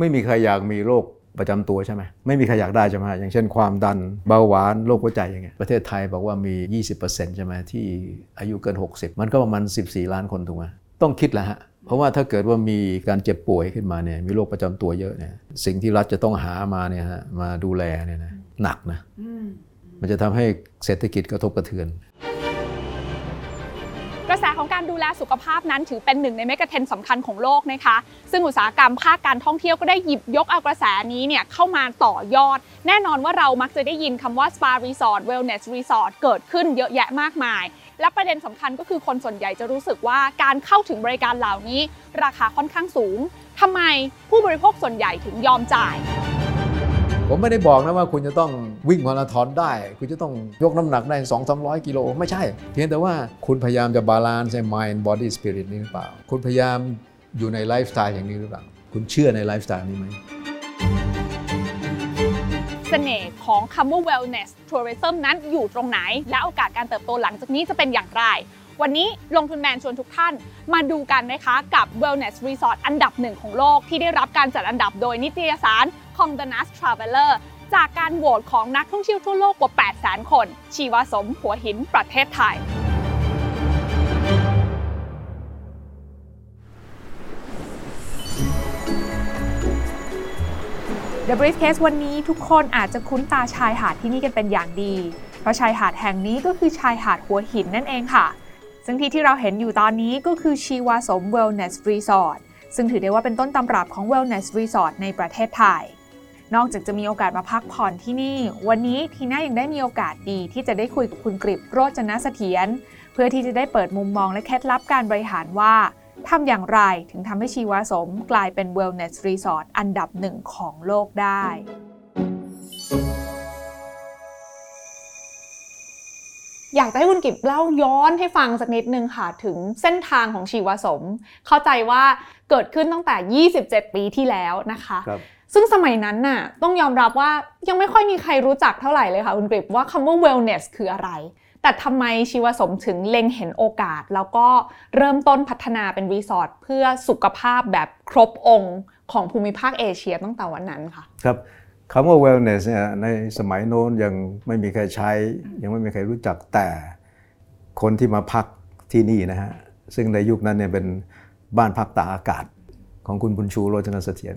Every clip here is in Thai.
ไม่มีใครอยากมีโรคประจำตัวใช่ไหมไม่มีใครอยากได้ใช่ไหมอย่างเช่นความดันเบาหวานโรคหัวใจอย่างเงี้ยประเทศไทยบอกว่ามี 20% ใช่ไหมที่อายุเกิน60มันก็ประมาณ14ล้านคนถูกไหมต้องคิดแล้วฮะเพราะว่าถ้าเกิดว่ามีการเจ็บป่วยขึ้นมาเนี่ยมีโรคประจำตัวเยอะเนี่ยสิ่งที่รัฐจะต้องหามาเนี่ยฮะมาดูแลเนี่ยนะหนักนะมันจะทำให้เศรษฐกิจกระทบกระเทือนกระแสของการดูแลสุขภาพนั้นถือเป็นหนึ่งในเมกะเทรนด์สำคัญของโลกนะคะซึ่งอุตสาหกรรมภาคการท่องเที่ยวก็ได้หยิบยกเอากระแสนี้เนี่ยเข้ามาต่อยอดแน่นอนว่าเรามักจะได้ยินคำว่า Spa Resort Wellness Resort เกิดขึ้นเยอะแยะมากมายและประเด็นสำคัญก็คือคนส่วนใหญ่จะรู้สึกว่าการเข้าถึงบริการเหล่านี้ราคาค่อนข้างสูงทำไมผู้บริโภคส่วนใหญ่ถึงยอมจ่ายผมไม่ได้บอกนะว่าคุณจะต้องวิ่งมาราธอนได้คุณจะต้องยกน้ำหนักได้ 200-300 กิโลไม่ใช่เพียงแต่ว่าคุณพยายามจะบาลานซ์ mind body spirit นี้หรือเปล่าคุณพยายามอยู่ในไลฟ์สไตล์อย่างนี้หรือเปล่าคุณเชื่อในไลฟ์สไตล์นี้ไหมเสน่ห์ของคำว่า wellness tourism นั้นอยู่ตรงไหนและโอกาสการเติบโตหลังจากนี้จะเป็นอย่างไรวันนี้ลงทุนแมนชวนทุกท่านมาดูกันนะคะกับ wellness resort อันดับหนึ่งของโลกที่ได้รับการจัดอันดับโดยนิตยสาร Condé Nast Traveler จากการโหวตของนักท่องเที่ยวทั่วโลกกว่า 800,000 คนชีวสมหัวหินประเทศไทยThe Briefcase วันนี้ทุกคนอาจจะคุ้นตาชายหาดที่นี่กันเป็นอย่างดีเพราะชายหาดแห่งนี้ก็คือชายหาดหัวหินนั่นเองค่ะซึ่งที่เราเห็นอยู่ตอนนี้ก็คือชีวสม Wellness Resort ซึ่งถือได้ว่าเป็นต้นตำรับของ Wellness Resort ในประเทศไทยนอกจากจะมีโอกาสมาพักผ่อนที่นี่วันนี้ทีน่ายังได้มีโอกาสดีที่จะได้คุยกับคุณกฤษ โรจนเสถียรเพื่อที่จะได้เปิดมุมมองและเคล็ดลับการบริหารว่าทำอย่างไรถึงทำให้ชีวสมกลายเป็น Wellness Resort อันดับหนึ่งของโลกได้อยากจะให้คุณกิบเล่าย้อนให้ฟังสักนิดนึงค่ะถึงเส้นทางของชีวสมเข้าใจว่าเกิดขึ้นตั้งแต่27ปีที่แล้วนะคะซึ่งสมัยนั้นน่ะต้องยอมรับว่ายังไม่ค่อยมีใครรู้จักเท่าไหร่เลยค่ะคุณกฤษว่าคำว่า wellness คืออะไรแต่ทำไมชีวสมถึงเล็งเห็นโอกาสแล้วก็เริ่มต้นพัฒนาเป็นรีสอร์ทเพื่อสุขภาพแบบครบองค์ของภูมิภาคเอเชียตั้งแต่วันนั้นค่ะครับคำว่า wellness เนี่ยในสมัยโน้นยังไม่มีใครใช้ยังไม่มีใครรู้จักแต่คนที่มาพักที่นี่นะฮะซึ่งในยุคนั้นเนี่ยเป็นบ้านพักตากอากาศของคุณบุญชู โรจนเสถียร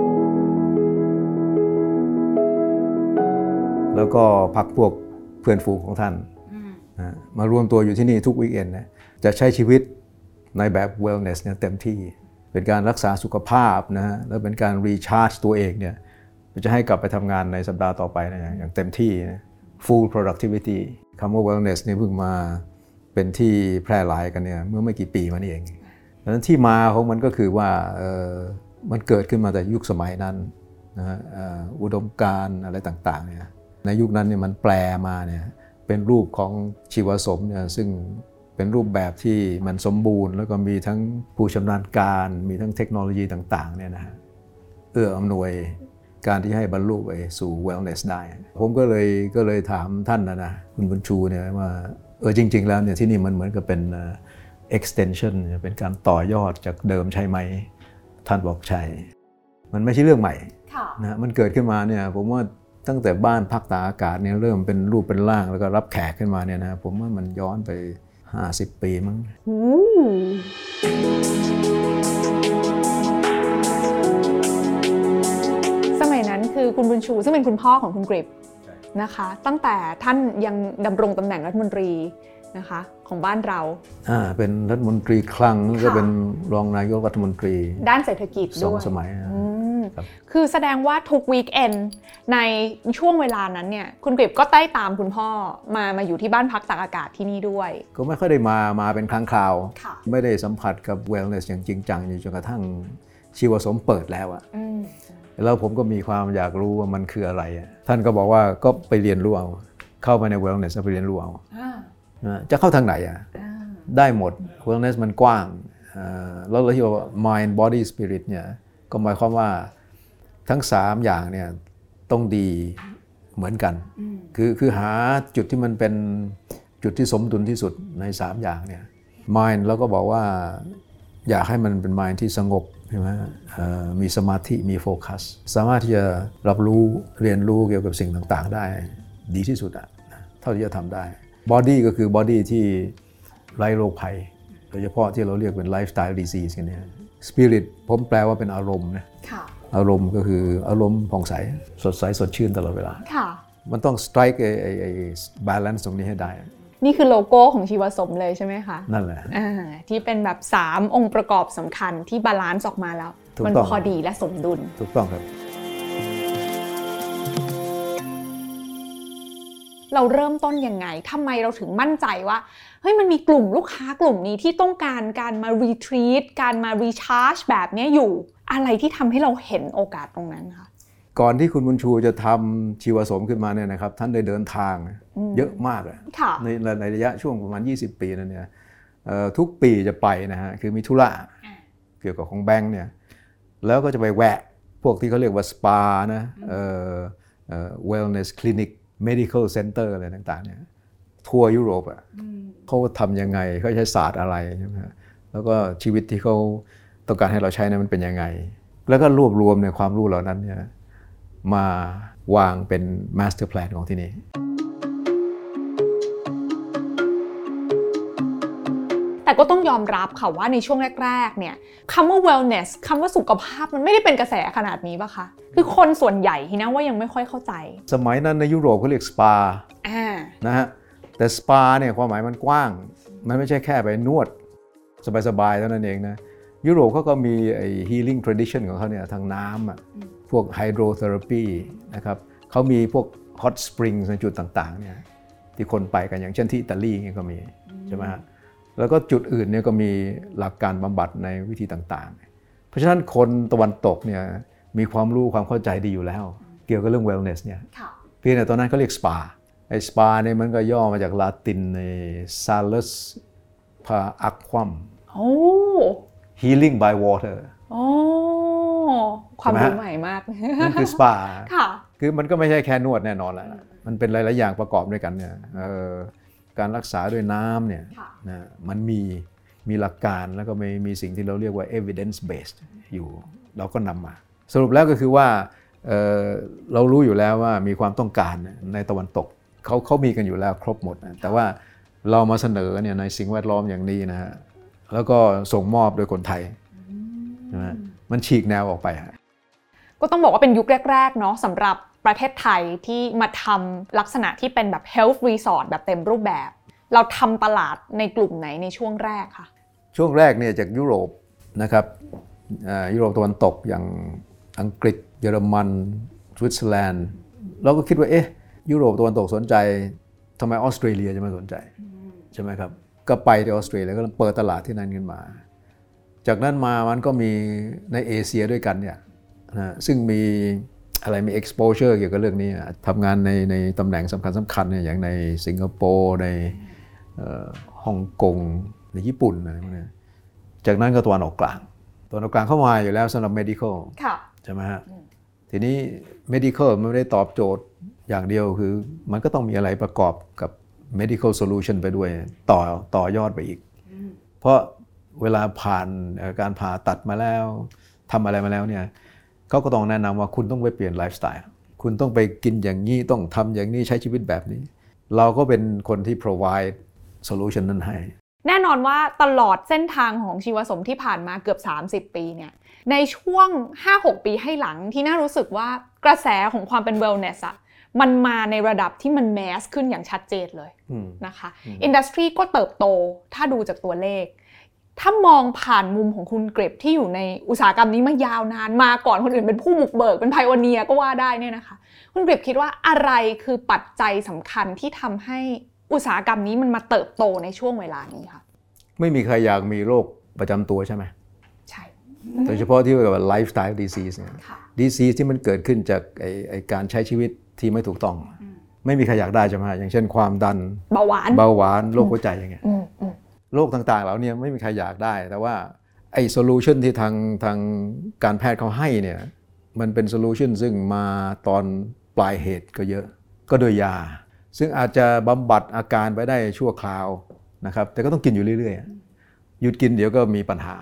แล้วก็พักพวกเพื่อนฝูงของท่านมารวมตัวอยู่ที่นี่ทุกวีคเอนด์นะจะใช้ชีวิตในแบบ wellness เนี่ยเต็มที่เป็นการรักษาสุขภาพนะฮะแล้วเป็นการ recharge ตัวเองเนี่ยจะให้กลับไปทำงานในสัปดาห์ต่อไปนะอย่างเต็มที่นะ full productivity คำว่า wellness นี่เพิ่งมาเป็นที่แพร่หลายกันเนี่ยเมื่อไม่กี่ปีมานี่เองดังนั้นที่มาของมันก็คือว่ามันเกิดขึ้นมาแต่ยุคสมัยนั้นนะฮะอุดมการณ์อะไรต่างๆเนี่ยในยุคนั้นเนี่ยมันแปลมาเนี่ยเป็นรูปของชีวสมเนี่ยซึ่งเป็นรูปแบบที่มันสมบูรณ์แล้วก็มีทั้งผู้ชำนาญการมีทั้งเทคโนโลยีต่างๆเนี่ยนะฮะอำนวยการที่ให้บรรลุไปสู่ wellness ได้ผมก็เลยถามท่านนะคุณบุญชูเนี่ยว่าจริงๆแล้วเนี่ยที่นี่มันเหมือนกับเป็น extension เป็นการต่อยอดจากเดิมใช่ไหมท่านบอกใช่มันไม่ใช่เรื่องใหม่นะมันเกิดขึ้นมาเนี่ยผมว่าตั้งแต่บ้านพักตากอากาศเนี่ยเริ่มเป็นรูปเป็นร่างแล้วก็รับแขกขึ้นมาเนี่ยนะผมว่ามันย้อนไป50 ปีมั้งสมัยนั้นคือคุณบุญชูซึ่งเป็นคุณพ่อของคุณกฤษนะคะตั้งแต่ท่านยังดำรงตำแหน่งรัฐมนตรีนะคะของบ้านเราเป็นรัฐมนตรีคลังแล้วก็เป็นรองนายกรัฐมนตรีด้านเศรษฐกิจด้วย 2 สมัยคือแสดงว่าทุกวีคเอนด์ในช่วงเวลานั้นเนี่ยคุณกฤษก็ได้ตามคุณพ่อมาอยู่ที่บ้านพักตากอากาศที่นี่ด้วยก็ไม่ค่อยได้มาเป็นครั้งคราวไม่ได้สัมผัสกับ wellness อย่างจริงจังจนกระทั่งชีวสมเปิดแล้วอะแล้วผมก็มีความอยากรู้ว่ามันคืออะไรท่านก็บอกว่าก็ไปเรียนรู้เอาเข้าไปใน wellness ไปเรียนรู้เอาจะเข้าทางไหนได้หมด wellness มันกว้างแล้วเราที่ว่า mind body spirit เนี่ยก็หมายความว่าทั้ง3อย่างเนี่ยต้องดีเหมือนกันคือหาจุดที่มันเป็นจุดที่สมดุลที่สุดใน3อย่างเนี่ย mind เราก็บอกว่าอยากให้มันเป็น mind ที่สงบใช่ไหมมีสมาธิมีโฟกัสสามารถที่จะรับรู้เรียนรู้เกี่ยวกับสิ่งต่างๆได้ดีที่สุดเท่าที่จะทำได้บอดี้ก็คือบอดี้ที่ไร้โรคภัยโดยเฉพาะที่เราเรียกเป็นไลฟ์สไตล์ดิซีสกันเนี่ยสปิริตผมแปลว่าเป็นอารมณ์นะอารมณ์ก็คืออารมณ์ผ่องใสสดใสสดชื่นตลอดเวลามันต้องสไตรค์ไอ้บาลานซ์ตรงนี้ให้ได้นี่คือโลโก้ของชีวสมเลยใช่ไหมคะนั่นแหละที่เป็นแบบ3องค์ประกอบสำคัญที่บาลานซ์ออกมาแล้วมันพอดีและสมดุลถูกต้องครับเราเริ่มต้นยังไงทำไมเราถึงมั่นใจว่าเฮ้ยมันมีกลุ่มลูกค้ากลุ่มนี้ที่ต้องการมารีทรีตการมารีชาร์จแบบนี้อยู่อะไรที่ทำให้เราเห็นโอกาสตรงนั้นคะก่อนที่คุณบุญชูจะทำชีวสมขึ้นมาเนี่ยนะครับท่านได้เดินทางเยอะมากในระยะช่วงประมาณ20 ปีนั้นเนี่ยทุกปีจะไปนะฮะคือมีธุระเกี่ยวกับของแบงค์เนี่ยแล้วก็จะไปแวะพวกที่เขาเรียกว่าสปานะwellness clinic medical center อะไรต่างๆเนี่ยทั่วยุโรปเขาทำยังไงเขาใช้ศาสตร์อะไรใช่ไหมแล้วก็ชีวิตที่เขาต้องการให้เราใช้นั้นมันเป็นยังไงแล้วก็รวบรวมในความรู้เหล่านั้นเนี่ยมาวางเป็น master plan ของที่นี่แต่ก็ต้องยอมรับค่ะว่าในช่วงแรกๆเนี่ยคำว่า wellness คำว่าสุขภาพมันไม่ได้เป็นกระแสขนาดนี้ป่ะคะคือคนส่วนใหญ่ที่นะว่ายังไม่ค่อยเข้าใจสมัยนั้นในยุโรปเขาเรียกสปานะฮะแต่สปาเนี่ยความหมายมันกว้างมันไม่ใช่แค่ไปนวดสบายๆเท่านั้นเองนะยุโรปเขาก็มีไอ้ healing tradition ของเขาเนี่ยทางน้ำพวก hydrotherapy นะครับเขามีพวก hot springs ในจุดต่างๆเนี่ยที่คนไปกันอย่างเช่นที่อิตาลีก็มีใช่ไหมฮะแล้วก็จุดอื่นเนี่ยก็มีหลักการบำบัดในวิธีต่างๆเพราะฉะนั้นคนตะวันตกเนี่ยมีความรู้ความเข้าใจดีอยู่แล้วเกี่ยวกับเรื่อง wellness เนี่ยเพียงแต่ตอนนั้นเขาเรียกสปาไอ้สปาเนี่ยมันก็ย่อมาจากลาตินใน salus per aquam healing by water ความรู้ใหม่มากนั่นคือสปาคือมันก็ไม่ใช่แค่นวดแน่นอนแล้วมันเป็นหลายๆอย่างประกอบด้วยกันเนี่ยการรักษาด้วยน้ำเนี่ยนะมันมีหลักการแล้วก็มีสิ่งที่เราเรียกว่า evidence based อยู่เราก็นำมาสรุปแล้วก็คือว่าเรารู้อยู่แล้วว่ามีความต้องการในตะวันตกเขามีกันอยู่แล้วครบหมดนะแต่ว่าเรามาเสนอเนี่ยในสิ่งแวดล้อมอย่างนี้นะฮะแล้วก็ส่งมอบโดยคนไทยนะมันฉีกแนวออกไปก็ต้องบอกว่าเป็นยุคแรกๆเนาะสำหรับประเทศไทยที่มาทำลักษณะที่เป็นแบบ health resort แบบเต็มรูปแบบเราทำตลาดในกลุ่มไหนในช่วงแรกคะช่วงแรกเนี่ยจากยุโรปนะครับยุโรปตะวันตกอย่างอังกฤษเยอรมันสวิตเซอร์แลนด์เราก็คิดว่ายุโรปตะวันตกสนใจทำไมออสเตรเลียจะไม่สนใจใช่ไหมครับก็ไปที่ออสเตรเลียก็เปิดตลาดที่นั่นขึ้นมาจากนั้นมามันก็มีในเอเชียด้วยกันเนี่ยนะซึ่งมี exposure เกี่ยวกับเรื่องนี้ทำงานในตำแหน่งสำคัญเนี่ยอย่างในสิงคโปร์ในฮ่องกงในญี่ปุ่นอะไรพวกนี้จากนั้นก็ตะวันออกกลางเข้ามาอยู่แล้วสำหรับ medical ใช่ไหมฮะทีนี้ medical มันไม่ได้ตอบโจทย์อย่างเดียวคือมันก็ต้องมีอะไรประกอบกับ medical solution ไปด้วยต่อยอดไปอีกเพราะเวลาผ่านการผ่าตัดมาแล้วทำอะไรมาแล้วเนี่ยเขาก็ต้องแนะนำว่าคุณต้องไปเปลี่ยนไลฟ์สไตล์คุณต้องไปกินอย่างนี้ต้องทำอย่างนี้ใช้ชีวิตแบบนี้เราก็เป็นคนที่ provide solution นั้นให้แน่นอนว่าตลอดเส้นทางของชีวสมที่ผ่านมาเกือบ30ปีเนี่ยในช่วง 5-6 ปีให้หลังที่น่ารู้สึกว่ากระแสของความเป็น wellness มันมาในระดับที่มันแมสขึ้นอย่างชัดเจนเลยนะคะอินดัสทรีก็เติบโตถ้าดูจากตัวเลขถ้ามองผ่านมุมของคุณเกรบที่อยู่ในอุตสาหกรรมนี้มายาวนานมาก่อนคนอื่นเป็นผู้บุกเบิกเป็นไพโอเนียร์ก็ว่าได้เนี่ยนะคะคุณเกรบคิดว่าอะไรคือปัจจัยสำคัญที่ทำให้อุตสาหกรรมนี้มันมาเติบโตในช่วงเวลานี้คะไม่มีใครอยากมีโรคประจำตัวใช่ไหมใช่โดยเฉพาะที่เรียกว่า lifestyle disease เนี่ย disease ที่มันเกิดขึ้นจากไอ้การใช้ชีวิตที่ไม่ถูกต้องไม่มีใครอยากได้ใช่ไหมอย่างเช่นความดันเบาหวานโรคหัวใจอย่างเงี้ยโรคต่างๆเหล่านี้ไม่มีใครอยากได้แต่ว่าไอ้โซลูชันที่ทางการแพทย์เขาให้เนี่ยมันเป็นโซลูชันซึ่งมาตอนปลายเหตุก็เยอะก็โดยยาซึ่งอาจจะบำบัดอาการไปได้ชั่วคราวนะครับแต่ก็ต้องกินอยู่เรื่อยๆหยุดกินเดี๋ยวก็มีปัญหา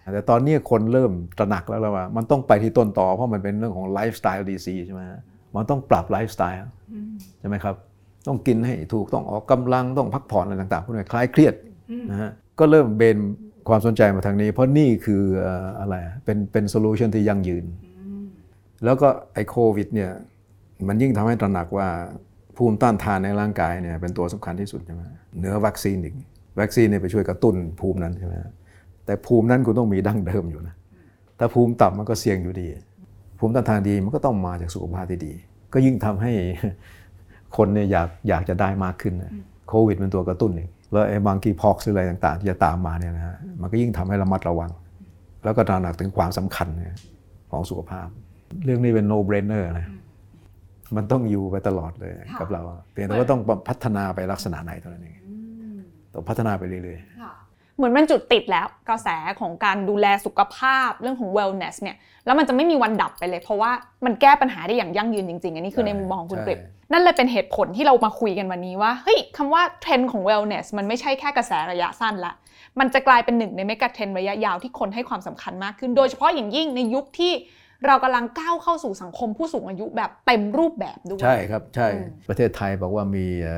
แต่ตอนนี้คนเริ่มตระหนักแล้วว่ามันต้องไปที่ต้นตอเพราะมันเป็นเรื่องของไลฟ์สไตล์ดีซีใช่ไหมมันต้องปรับไลฟ์สไตล์ใช่ไหมครับต้องกินให้ถูกต้องออกกำลังต้องพักผ่อนอะไรต่างๆพวกนี้คลายเครียดนะฮะก็เริ่มเบนความสนใจมาทางนี้เพราะนี่คืออะไรเป็นโซลูชันที่ยั่งยืนแล้วก็ไอ้โควิดเนี่ยมันยิ่งทำให้ตระหนักว่าภูมิต้านทานในร่างกายเนี่ยเป็นตัวสำคัญที่สุดใช่ไหมเหนือวัคซีนอีกวัคซีนเนี่ยไปช่วยกระตุ้นภูมินั้นใช่ไหมแต่ภูมินั้นคุณต้องมีดั้งเดิมอยู่นะถ้าภูมิต่ำมันก็เสี่ยงอยู่ดีภูมิต้านทานดีมันก็ต้องมาจากสุขภาพที่ดีก็ยิ่งทำให้คนเนี่ยอยากจะได้มากขึ้นโควิดเป็นตัวกระตุ้นอีกแล้วไอ้มังคีพ็อกซ์อะไรต่างๆที่จะตามมาเนี่ยนะฮะมันก็ยิ่งทำให้ระมัดระวังแล้วก็ตระหนักถึงความสำคัญของสุขภาพเรื่องนี้เป็น no brainer นะมันต้องอยู่ไปตลอดเลยกับเราเพียงแต่ว่าต้องพัฒนาไปลักษณะไหนเท่านั้นเองต้องพัฒนาไปเรื่อยๆเหมือนมันจุดติดแล้วกระแสของการดูแลสุขภาพเรื่องของ wellness เนี่ยแล้วมันจะไม่มีวันดับไปเลยเพราะว่ามันแก้ปัญหาได้อย่างยั่งยืนจริงๆอันนี้คือในมุมมองของคุณกฤษนั่นเลยเป็นเหตุผลที่เรามาคุยกันวันนี้ว่าเฮ้ยคำว่าเทรนด์ของ wellness มันไม่ใช่แค่กระแสระยะสั้นละมันจะกลายเป็นหนึ่งในเมกะเทรนด์ระยะยาวที่คนให้ความสำคัญมากขึ้นโดยเฉพาะอย่างยิ่งในยุคที่เรากำลังก้าวเข้าสู่สังคมผู้สูงอายุแบบเต็มรูปแบบด้วยใช่ครับใช่ประเทศไทยบอกว่ามี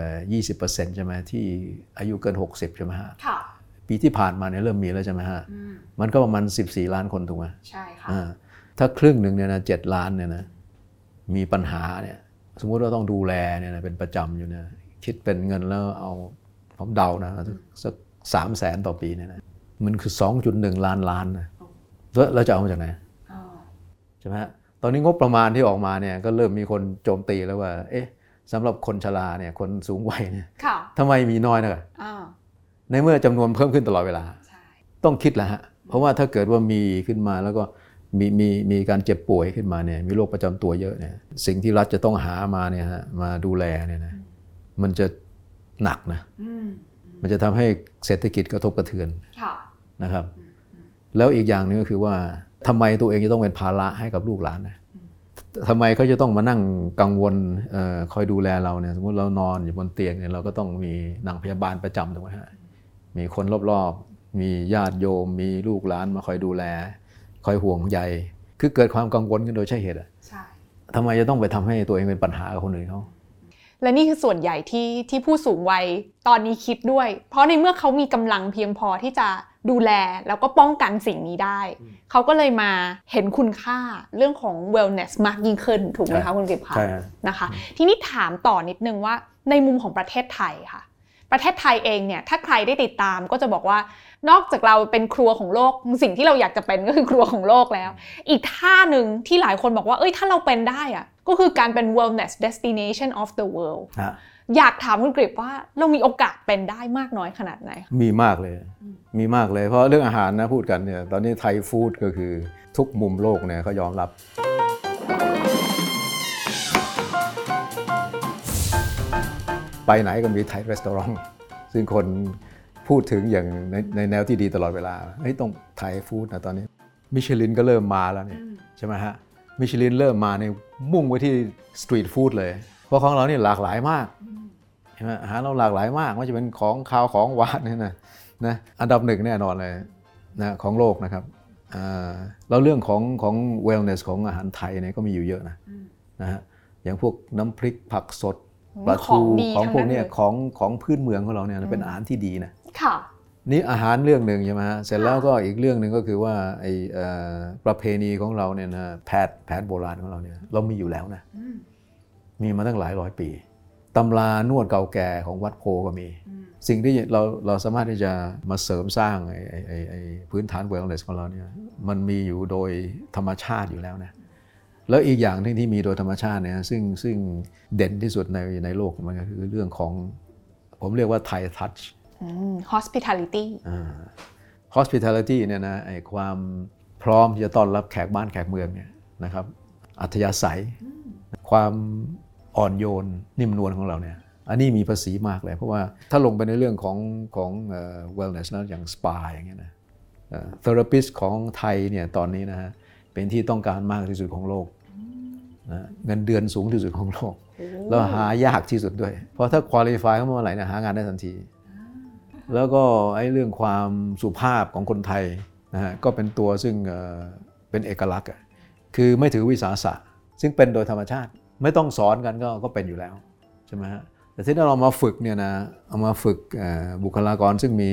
20% ใช่ไหมที่อายุเกิน60ใช่ไหมฮะปีที่ผ่านมาเนี่ยเริ่มมีแล้วใช่ไหมฮะมันก็ประมาณ14ล้านคนถูกไหมใช่ค่ะถ้าครึ่งหนึ่งเนี่ยนะ7ล้านเนี่ยนะมีปัญหาเนี่ยสมมุติว่าต้องดูแลเนี่ยนะเป็นประจำอยู่เนี่ยคิดเป็นเงินแล้วเอาผมเดานะสัก300,000ต่อปีเนี่ยนะมันคือ 2.1 ล้านนะแล้วจะเอามาจากไหนใช่ไหมฮะตอนนี้งบประมาณที่ออกมาเนี่ยก็เริ่มมีคนโจมตีแล้วว่าเอ๊ะสำหรับคนชราเนี่ยคนสูงวัยเนี่ยทำไมมีน้อยนะในเมื่อจำนวนเพิ่มขึ้นตลอดเวลาต้องคิดแหละฮะเพราะว่าถ้าเกิดว่ามีขึ้นมาแล้วก็มีการเจ็บป่วยขึ้นมาเนี่ยมีโรคประจำตัวเยอะเนี่ยสิ่งที่รัฐจะต้องหามาเนี่ยฮะมาดูแลเนี่ยนะมันจะหนักนะมันจะทำให้เศรษฐกิจกระทบกระเทือนนะครับแล้วอีกอย่างนึงก็คือว่าทำไมตัวเองจะต้องเป็นภาระให้กับลูกหลานนะทำไมเขาจะต้องมานั่งกังวลคอยดูแลเราเนี่ยสมมติเรานอนอยู่บนเตียงเนี่ยเราก็ต้องมีนางพยาบาลประจำถูกไหมฮะมีคนรอบๆมีญาติโยมมีลูกหลานมาคอยดูแลคอยห่วงใยคือเกิดความกังวลกันโดยใช่เหตุทำไมจะต้องไปทำให้ตัวเองเป็นปัญหากับคนอื่นเขาและนี่คือส่วนใหญ่ที่ผู้สูงวัยตอนนี้คิดด้วยเพราะในเมื่อเขามีกำลังเพียงพอที่จะดูแลแล้วก็ป้องกันสิ่งนี้ได้เขาก็เลยมาเห็นคุณค่าเรื่องของ wellness มากยิ่งขึ้นถูกไหมคะคุณกฤษคะนะคะทีนี้ถามต่อนิดนึงว่าในมุมของประเทศไทยค่ะประเทศไทยเองเนี่ยถ้าใครได้ติดตามก็จะบอกว่านอกจากเราเป็นครัวของโลกสิ่งที่เราอยากจะเป็นก็คือครัวของโลกแล้วอีกท่านึงที่หลายคนบอกว่าถ้าเราเป็นได้อะก็คือการเป็น wellness destination of the world อยากถามคุณกฤษว่าเรามีโอกาสเป็นได้มากน้อยขนาดไหนมีมากเลยเพราะเรื่องอาหารนะพูดกันเนี่ยตอนนี้ไทยฟู้ดก็คือทุกมุมโลกเนี่ยเขายอมรับไปไหนก็มีไทยรีสอร์ทซึ่งคนพูดถึงอย่างในแนวที่ดีตลอดเวลาต้องไทยฟู้ดนะตอนนี้มิชลินก็เริ่มมาแล้วเนี่ยใช่ไหมฮะมิชลินเริ่มมาในมุ่งไปที่สตรีทฟู้ดเลยเพราะของเรานี่หลากหลายมากใช่ไหมอาหารเราหลากหลายมากไม่ว่าจะเป็นของคาวของหวานเนี่ยนะอันดับหนึ่งแน่นอนเลยนะของโลกนะครับแล้วเรื่องของ wellness ของอาหารไทยเนี่ยก็มีอยู่เยอะนะฮะอย่างพวกน้ำพริกผักสดปลาทูของพวกนี้ของพื้นเมืองของเราเนี่ยเป็นอาหารที่ดีนะนี่อาหารเรื่องหนึ่งใช่ไหมฮะเสร็จแล้วก็อีกเรื่องหนึ่งก็คือว่าไอ้ประเพณีของเราเนี่ยนะแพทย์โบราณของเราเนี่ยเรามีอยู่แล้วนะมีมาตั้งหลายร้อยปีตำรานวดเก่าแก่ของวัดโพก็มีสิ่งที่เราสามารถที่จะมาเสริมสร้างไอ้พื้นฐาน wellness ของเราเนี่ยมันมีอยู่โดยธรรมชาติอยู่แล้วนะแล้วอีกอย่างที่มีโดยธรรมชาติเนี่ยซึ่งเด่นที่สุดในโลกมันก็คือเรื่องของผมเรียกว่า Thai touch hospitality hospitality เนี่ยนะไอ้ความพร้อมที่จะต้อนรับแขกบ้านแขกเมืองเนี่ยนะครับอัธยาศัยความอ่อนโยนนิ่มนวลของเราเนี่ยอันนี้มีภาษีมากเลยเพราะว่าถ้าลงไปในเรื่องของwellness นะอย่างสปาอย่างเงี้ยนะtherapist ของไทยเนี่ยตอนนี้นะฮะเป็นที่ต้องการมากที่สุดของโลกนะเงินเดือนสูงที่สุดของโลกแล้วหายากที่สุดด้วยเพราะถ้า qualify เข้ามาเมื่อไหร่นะหางานได้ทันทีแล้วก็ไอ้เรื่องความสุภาพของคนไทยนะฮะก็เป็นตัวซึ่งเป็นเอกลักษณ์คือไม่ถือวิสาสะซึ่งเป็นโดยธรรมชาติไม่ต้องสอนกันก็เป็นอยู่แล้วใช่ไหมฮะแต่ที่เรามาฝึกเนี่ยนะเอามาฝึกบุคลากรซึ่งมี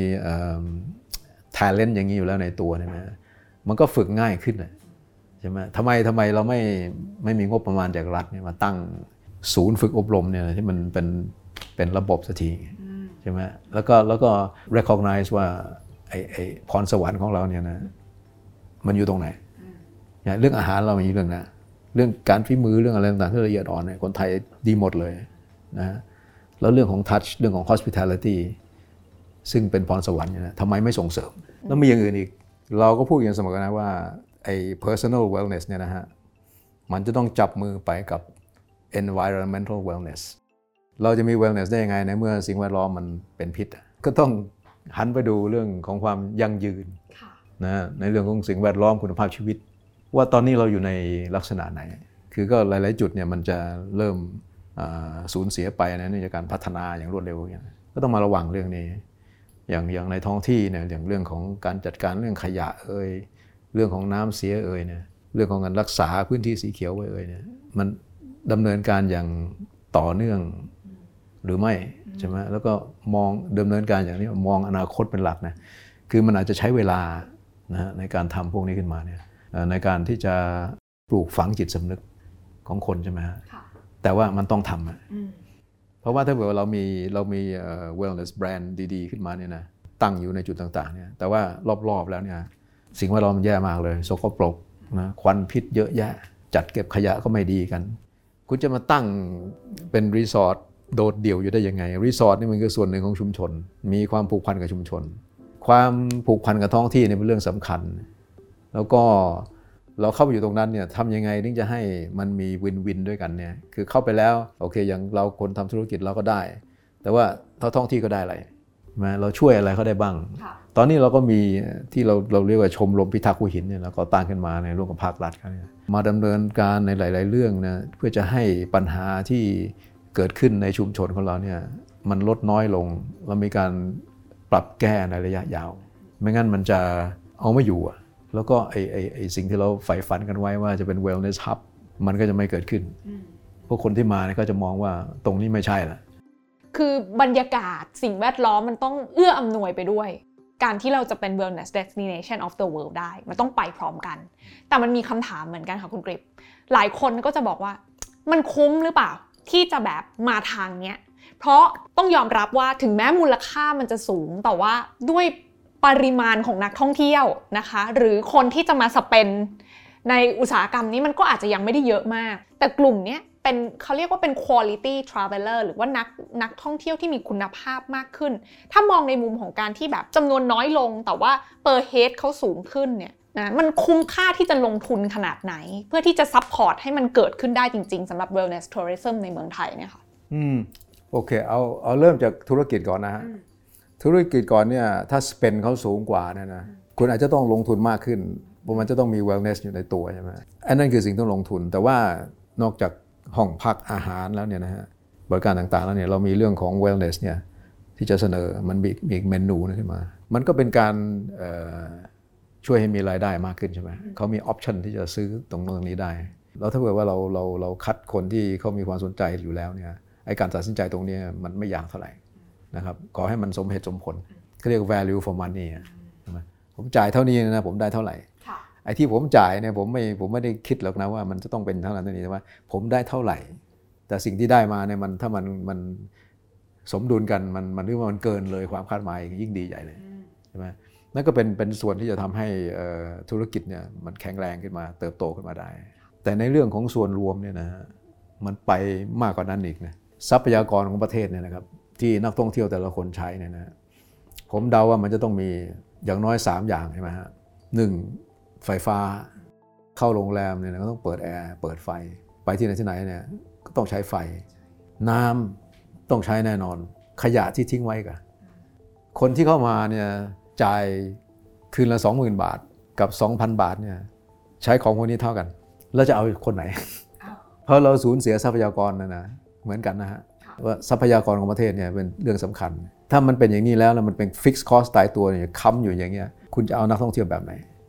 talent อย่างนี้อยู่แล้วในตัวเนี่ยนะมันก็ฝึกง่ายขึ้นเลยใช่ไหมทำไมเราไม่มีงบประมาณจากรัฐเนี่ยมาตั้งศูนย์ฝึกอบรมเนี่ยที่มันเป็นระบบสักทีใช่ไหมแล้วก็ recognize ว่าไอ้พรสวรรค์ของเราเนี่ยนะมันอยู่ตรงไหนเรื่องอาหารเรามีเรื่องนะเรื่องการฝีมือเรื่องอะไรต่างๆที่ละเอียดอ่อนเนี่ยคนไทยดีหมดเลยนะแล้วเรื่องของ touch เรื่องของ hospitality ซึ่งเป็นพรสวรรค์เนี่ยนะทำไมไม่ส่งเสริมแล้วมีอย่างอื่นอีกเราก็พูดอย่างเสมอนะว่าไอ้ personal wellness เนี่ยนะฮะมันจะต้องจับมือไปกับ environmental wellness เราจะมี wellness ได้ยังไงในเมื่อสิ่งแวดล้อมมันเป็นพิษก็ต้องหันไปดูเรื่องของความยั่งยืนนะในเรื่องของสิ่งแวดล้อมคุณภาพชีวิตว่าตอนนี้เราอยู่ในลักษณะไหนคือก็หลายๆจุดเนี่ยมันจะเริ่มสูญเสียไปในการพัฒนาอย่างรวดเร็วก็ต้องมาระวังเรื่องนี้อย่างในท้องที่เนี่ยอย่างเรื่องของการจัดการเรื่องขยะเรื่องของน้ำเสียเนี่ยเรื่องของการรักษาพื้นที่สีเขียวไว้เนี่ยมันดำเนินการอย่างต่อเนื่องหรือไม่ใช่ไหมแล้วก็มองดำเนินการอย่างนี้มองอนาคตเป็นหลักนะคือมันอาจจะใช้เวลานะในการทำพวกนี้ขึ้นมาเนี่ยในการที่จะปลูกฝังจิตสำนึกของคนใช่ไหมฮะแต่ว่ามันต้องทำเพราะว่าถ้าเกิดเรามี wellness brand ดีๆขึ้นมาเนี่ยนะตั้งอยู่ในจุดต่างๆเนี่ยแต่ว่ารอบๆแล้วเนี่ยสิ่งแวดล้อมมันแย่มากเลยสกปรกนะควันพิษเยอะแยะจัดเก็บขยะก็ไม่ดีกันคุณจะมาตั้งเป็นรีสอร์ทโดดเดี่ยวอยู่ได้ยังไงรีสอร์ทนี่มันคือส่วนหนึ่งของชุมชนมีความผูกพันกับชุมชนความผูกพันกับท้องที่เนี่ยเป็นเรื่องสำคัญแล้วก็เราเข้าไปอยู่ตรงนั้นเนี่ยทำยังไงถึงจะให้มันมีวินวินด้วยกันเนี่ยคือเข้าไปแล้วโอเคอย่างเราคนทำธุรกิจเราก็ได้แต่ว่าท้องที่ก็ได้อะไรเราช่วยอะไรเขาได้บ้างตอนนี้เราก็มีที่เราเรียกว่าชมรมพิทักษ์หัวหินเนี่ยเราก็ตั้งขึ้นมาในร่วมกับภาครัฐเขาเนี่ยมาดำเนินการในหลายๆเรื่องนะเพื่อจะให้ปัญหาที่เกิดขึ้นในชุมชนของเราเนี่ยมันลดน้อยลงเรามีการปรับแก้ในระยะยาวไม่งั้นมันจะเอาไม่อยู่แล้วก็ไอ้สิ่งที่เราใฝ่ฝันกันไว้ว่าจะเป็น wellness hub มันก็จะไม่เกิดขึ้นเพราะคนที่มาเนี่ยก็จะมองว่าตรงนี้ไม่ใช่ละคือบรรยากาศสิ่งแวดล้อมมันต้องเอื้ออำนวยไปด้วยการที่เราจะเป็น wellness destination of the world ได้มันต้องไปพร้อมกันแต่มันมีคำถามเหมือนกันค่ะคุณกริปหลายคนก็จะบอกว่ามันคุ้มหรือเปล่าที่จะแบบมาทางเนี้ยเพราะต้องยอมรับว่าถึงแม้มูลค่ามันจะสูงแต่ว่าด้วยปริมาณของนักท่องเที่ยวนะคะหรือคนที่จะมาสเปนในอุตสาหกรรมนี้มันก็อาจจะยังไม่ได้เยอะมากแต่กลุ่มนี้เป็นเขาเรียกว่าเป็น quality traveler หรือว่านักท่องเที่ยวที่มีคุณภาพมากขึ้นถ้ามองในมุมของการที่แบบจำนวนน้อยลงแต่ว่า per head เขาสูงขึ้นเนี่ยนะมันคุ้มค่าที่จะลงทุนขนาดไหนเพื่อที่จะ support ให้มันเกิดขึ้นได้จริงๆสำหรับ wellness tourism ในเมืองไทยเนี่ยค่ะโอเคเอาเริ่มจากธุรกิจก่อนนะฮะธุรกิจก่อนเนี่ยถ้าสเปนเขาสูงกว่าเนี่ยนะคุณอาจจะต้องลงทุนมากขึ้นเพราะมันจะต้องมี wellness อยู่ในตัวใช่ไหมอันนั้นคือสิ่งต้องลงทุนแต่ว่านอกจากห้องพักอาหารแล้วเนี่ยนะฮะบริการต่างๆแล้วเนี่ยเรามีเรื่องของ wellness เนี่ยที่จะเสนอมันมีอีกเมนูนึงขึ้นมามันก็เป็นการช่วยให้มีรายได้มากขึ้นใช่ไหมเขามี option ที่จะซื้อตรงนี้ได้แล้วถ้าเกิดว่าเราคัดคนที่เขามีความสนใจอยู่แล้วเนี่ยไอ้การตัดสินใจตรงนี้มันไม่ยากเท่าไหร่นะครับขอให้มันสมเหตุสมผลเขาเรียก value for money ใช่ไหมผมจ่ายเท่านี้นะผมได้เท่าไหร่ไอ้ที่ผมจ่ายเนี่ยผมไม่ได้คิดหรอกนะว่ามันจะต้องเป็นเท่านั้นเท่านี้แต่ว่าผมได้เท่าไหร่แต่สิ่งที่ได้มาเนี่ยมันถ้ามันสมดุลกันมันหรือว่ามันเกินเลยความคาดหมายยิ่งดีใหญ่เลยใช่ไหมนั่นก็เป็นส่วนที่จะทำให้ธุรกิจเนี่ยมันแข็งแรงขึ้นมาเติบโตขึ้นมาได้แต่ในเรื่องของส่วนรวมเนี่ยนะมันไปมากกว่านั้นอีกนะทรัพยากรของประเทศเนี่ยนะครับที่นักท่องเที่ยวแต่ละคนใช้เนี่ยนะผมเดาว่ามันจะต้องมีอย่างน้อย3อย่างใช่ไหมฮะ1ไฟฟ้าเข้าโรงแรมเนี่ยก็ต้องเปิดแอร์เปิดไฟไปที่ไหนเนี่ยก็ต้องใช้ไฟน้ำต้องใช้แน่นอนขยะที่ทิ้งไว้กันคนที่เข้ามาเนี่ยจ่ายคืนละ 20,000 บาทกับ 2,000 บาทเนี่ยใช้ของพวกนี้เท่ากันแล้วจะเอาคนไหนเพราะเราสูญเสียทรัพยากรนะเหมือนกันนะฮะว่าทรัพยากรของประเทศเนี่ยเป็นเรื่องสำคัญถ้ามันเป็นอย่างนี้แล้วมันเป็น fixed cost ตายตัวเนี่ยค้ำอยู่อย่างเงี้ยคุณจะเอานักท่องเที่ยวแบบไหน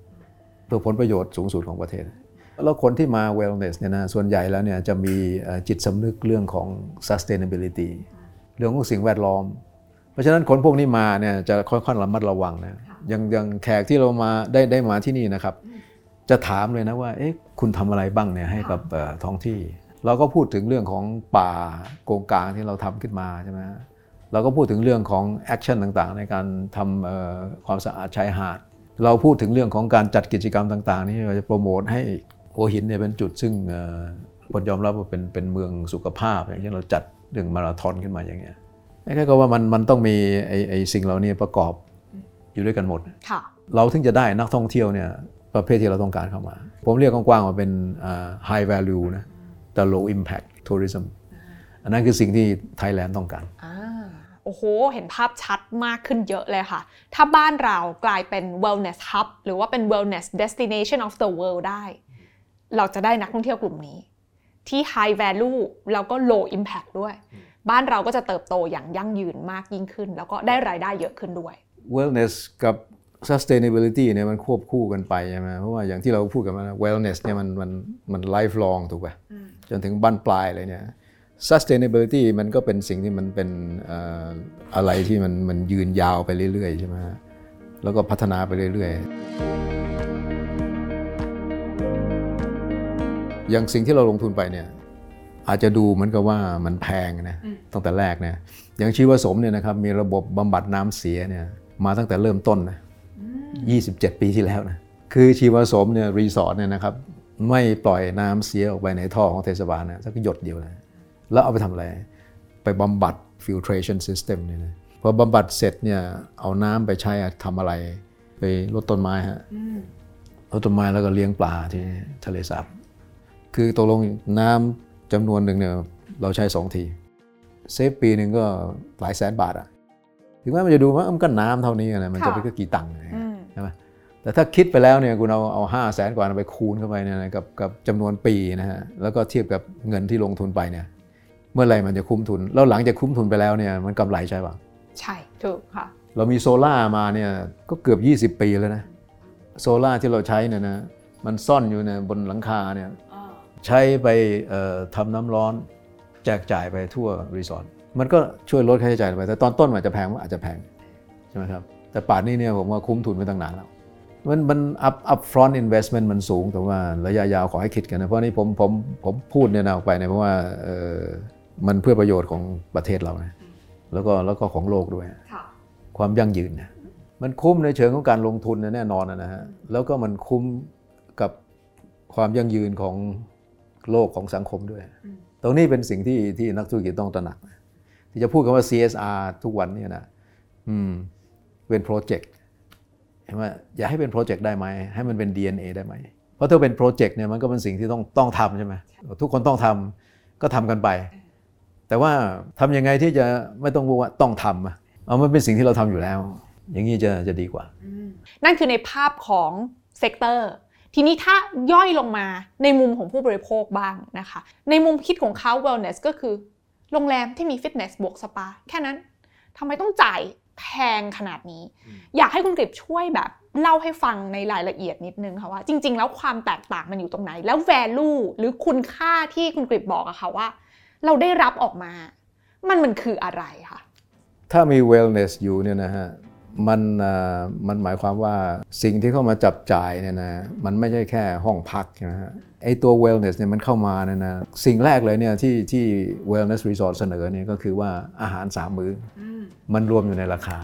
พื่อผลประโยชน์สูงสุดของประเทศแล้วคนที่มา wellness เนี่ยนะส่วนใหญ่แล้วเนี่ยจะมีจิตสำนึกเรื่องของ sustainability เรื่องของสิ่งแวดล้อมเพราะฉะนั้นคนพวกนี้มาเนี่ยจะค่อนข้างระมัดระวังนะอย่างแขกที่เรามาได้มาที่นี่นะครับจะถามเลยนะว่าเอ๊ะคุณทำอะไรบ้างเนี่ยให้กับท้องที่เราก็พูดถึงเรื่องของป่าโกงกลางที่เราทำขึ้นมาใช่ไหมเราก็พูดถึงเรื่องของแอคชั่นต่างๆในการทำความสะอาดชายหาดเราพูดถึงเรื่องของการจัดกิจกรรมต่างๆนี่เราจะโปรโมทให้หัวหินเนี่ยเป็นจุดซึ่งคนยอมรับว่าเป็นเมืองสุขภาพอย่างเช่นเราจัดเรื่องมาราธอนขึ้นมาอย่างเงี้ยแค่ก็ว่ามันต้องมีไอ้สิ่งเหล่านี้ประกอบอยู่ด้วยกันหมดเราถึงจะได้นักท่องเที่ยวเนี่ยประเภทที่เราต้องการเข้ามาผมเรียกกว้างๆว่าเป็น high value นะแต่ low impact tourism อันนั้นคือสิ่งที่ไทยแลนด์ต้องการโอ้โหเห็นภาพชัดมากขึ้นเยอะเลยค่ะถ้าบ้านเรากลายเป็น wellness hub หรือว่าเป็น wellness destination of the world ได้เราจะได้นักท่องเที่ยวกลุ่มนี้ที่ high value แล้วก็ low impact ด้วยบ้านเราก็จะเติบโตอย่างยั่งยืนมากยิ่งขึ้นแล้วก็ได้รายได้เยอะขึ้นด้วย wellness กับ sustainability เนี่ยมันควบคู่กันไปใช่ไหมเพราะว่าอย่างที่เราพูดกันมา wellness เนี่ยมัน lifelong ถูกป่ะจนถึงบั้นปลายเลยเนี่ย sustainability มันก็เป็นสิ่งที่มันเป็นอะไรที่มันยืนยาวไปเรื่อยๆใช่ไหมแล้วก็พัฒนาไปเรื่อยๆอย่างสิ่งที่เราลงทุนไปเนี่ยอาจจะดูเหมือนกับว่ามันแพงนะตั้งแต่แรกเนี่ยอย่างชีวสมเนี่ยนะครับมีระบบบำบัดน้ำเสียเนี่ยมาตั้งแต่เริ่มต้นนะ27 ปีที่แล้วนะคือชีวสมเนี่ยรีสอร์ทเนี่ยนะครับไม่ปล่อยน้ำเสียออกไปในท่อของเทศบาลนะสักหยดเดียวนะแล้วเอาไปทำอะไรไปบำบัด filtration system เนี่ยนะพอบำบัดเสร็จเนี่ยเอาน้ำไปใช้ทำอะไรไปรดต้นไม้ฮะรดต้นไม้แล้วก็เลี้ยงปลาที่ทะเลสาบคือตกลงน้ำจำนวนหนึ่งเนี่ยเราใช้2 ทีเซฟปีหนึ่งก็หลายแสนบาทอะถึงแม้มันจะดูว่ามันก็น้ำเท่านี้นะมันจะไปก็กี่ตังค์ใช่ไหมแต่ถ้าคิดไปแล้วเนี่ยคุณเอา500,000 กว่าไปคูณเข้าไปเนี่ยกับจำนวนปีนะฮะแล้วก็เทียบกับเงินที่ลงทุนไปเนี่ยเมื่อไรมันจะคุ้มทุนแล้วหลังจากคุ้มทุนไปแล้วเนี่ยมันกำไรใช่ป่ะใช่ถูกค่ะเรามีโซล่ามาเนี่ยก็เกือบ20 ปีแล้วนะโซล่าที่เราใช้เนี่ยนะมันซ่อนอยู่ในบนหลังคาเนี่ยใช้ไปทำน้ำร้อนแจกจ่ายไปทั่วรีสอร์ทมันก็ช่วยลดค่าใช้จ่ายไปแต่ตอนต้นอาจจะแพงอาจจะแพงใช่ไหมครับแต่ป่านนี้เนี่ยผมว่าคุ้มทุนไปตั้งนานแล้วมัน up front investment มันสูงแต่ว่าระยะยาวขอให้คิดกันนะเพราะนี่ผมพูดเนี่ยนะออกไปเนี่ยเพราะว่ามันเพื่อประโยชน์ของประเทศเรานะแล้วก็ของโลกด้วยความยั่งยืนนะมันคุ้มในเชิงของการลงทุนแน่นอนนะฮะแล้วก็มันคุ้มกับความยั่งยืนของโลกของสังคมด้วยตรงนี้เป็นสิ่งที่นักธุรกิจต้องตระหนักที่จะพูดคำว่า CSR ทุกวันนี่นะเป็นโปรเจกต์อย่าให้เป็นโปรเจกต์ได้ไหมให้มันเป็น DNA ได้ไหมเพราะถ้าเป็นโปรเจกต์เนี่ยมันก็เป็นสิ่งที่ต้องทำใช่ไหมทุกคนต้องทำก็ทำกันไปแต่ว่าทำยังไงที่จะไม่ต้องบอกว่าต้องทำเอามันเป็นสิ่งที่เราทำอยู่แล้วอย่างนี้จะดีกว่านั่นคือในภาพของเซกเตอร์ทีนี้ถ้าย่อยลงมาในมุมของผู้บริโภคบ้างนะคะในมุมคิดของเขา wellness ก็คือโรงแรมที่มีฟิตเนสบวกสปาแค่นั้นทำไมต้องจ่ายแพงขนาดนี้อยากให้คุณกฤษช่วยแบบเล่าให้ฟังในรายละเอียดนิดนึงค่ะว่าจริงๆแล้วความแตกต่างมันอยู่ตรงไหนแล้ว value หรือคุณค่าที่คุณกฤษบอกอะค่ะว่าเราได้รับออกมามันคืออะไรคะถ้ามี wellness อยู่เนี่ยนะฮะมันหมายความว่าสิ่งที่เข้ามาจับจ่ายเนี่ยนะมันไม่ใช่แค่ห้องพักนะฮะไอ้ตัว wellness เนี่ยมันเข้ามาเนี่ยนะสิ่งแรกเลยเนี่ยที่ wellness resort เสนอเนี่ยก็คือว่าอาหาร3 มื้อมันรวมอยู่ในราคา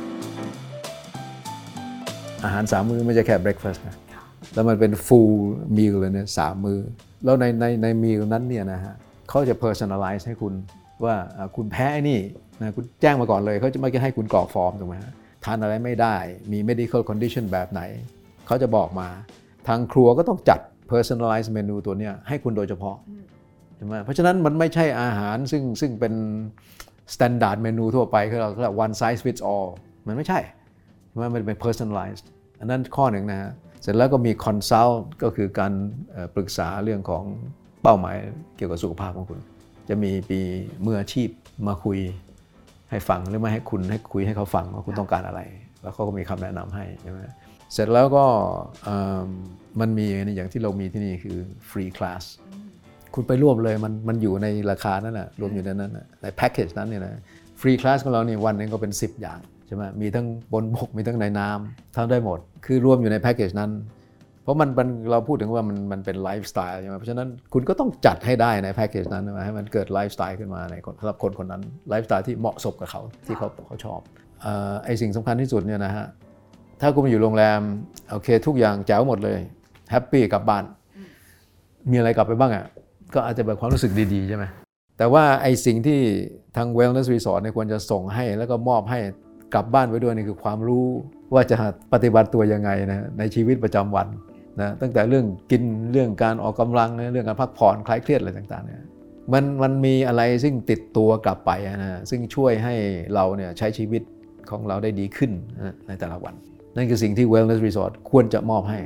อาหาร3 มื้อไม่ใช่แค่ breakfast นะแล้วมันเป็น full meal เลยเนี่ย3 มื้อแล้วใน meal นั้นเนี่ยนะฮะเขาจะ personalize ให้คุณว่าคุณแพ้ไอ้นี่นะคุณแจ้งมาก่อนเลยเขาจะไม่ให้คุณกรอกฟอร์มถูกไหมฮะทานอะไรไม่ได้มี medical condition แบบไหนเขาจะบอกมาทางครัวก็ต้องจัด personalized menu ตัวเนี้ยให้คุณโดยเฉพาะใช่ไหมเพราะฉะนั้นมันไม่ใช่อาหารซึ่งเป็น standard menu ทั่วไปคือเราเรียก one size fits all มันไม่ใช่มันเป็น personalized อันนั้นข้อหนึ่งนะฮะเสร็จแล้วก็มี consult ก็คือการปรึกษาเรื่องของเป้าหมายเกี่ยวกับสุขภาพของคุณจะมีมืออาชีพมาคุยให้ฟังหรือไม่ให้คุยให้เขาฟังว่าคุณต้องการอะไรแล้วเขาก็มีคำแนะนำให้ใช่ไหมเสร็จแล้วก็มันมีอย่างที่เรามีที่นี่คือฟรีคลาสคุณไปรวมเลยมันอยู่ในราคานั้นนะรวมอยู่ในนั้นนะในแพ็กเกจนั้นเนี่ยนะฟรีคลาสของเราเนี่ยวันนึงก็เป็น10อย่างใช่ไหมมีทั้งบนบกมีทั้งในน้ำทำได้หมดคือรวมอยู่ในแพ็กเกจนั้นเพราะมันเราพูดถึงว่ามันเป็นไลฟ์สไตล์ใช่ไหมเพราะฉะนั้นคุณก็ต้องจัดให้ได้ในแพ็กเกจนั้นให้มันเกิดไลฟ์สไตล์ขึ้นมาในสำหรับคนนั้นไลฟ์สไตล์ที่เหมาะสมกับเขาที่เขาชอบไอ้สิ่งสำคัญที่สุดเนี่ยนะฮะถ้าคุณมาอยู่โรงแรมโอเคทุกอย่างแจ๋วหมดเลยแฮปปี้กลับบ้านมีอะไรกลับไปบ้างอ่ะก็อาจจะแบบความรู้สึกดีๆใช่ไหมแต่ว่าไอ้สิ่งที่ทาง Wellness Resort เนี่ยควรจะส่งให้แล้วก็มอบให้กลับบ้านไว้ด้วยนี่คือความรู้ว่าจะปฏิบัติตัวยังไงนะในชีวิตประจำวันนะตั้งแต่เรื่องกินเรื่องการออกกำลังเรื่องการพักผ่อนคลายเครียดอะไรต่างๆเนี่ยมันมีอะไรซึ่งติดตัวกลับไปนะซึ่งช่วยให้เราเนี่ยใช้ชีวิตของเราได้ดีขึ้นนะในแต่ละวันนั่นคือสิ่งที่ Wellness Resort ควรจะมอบให้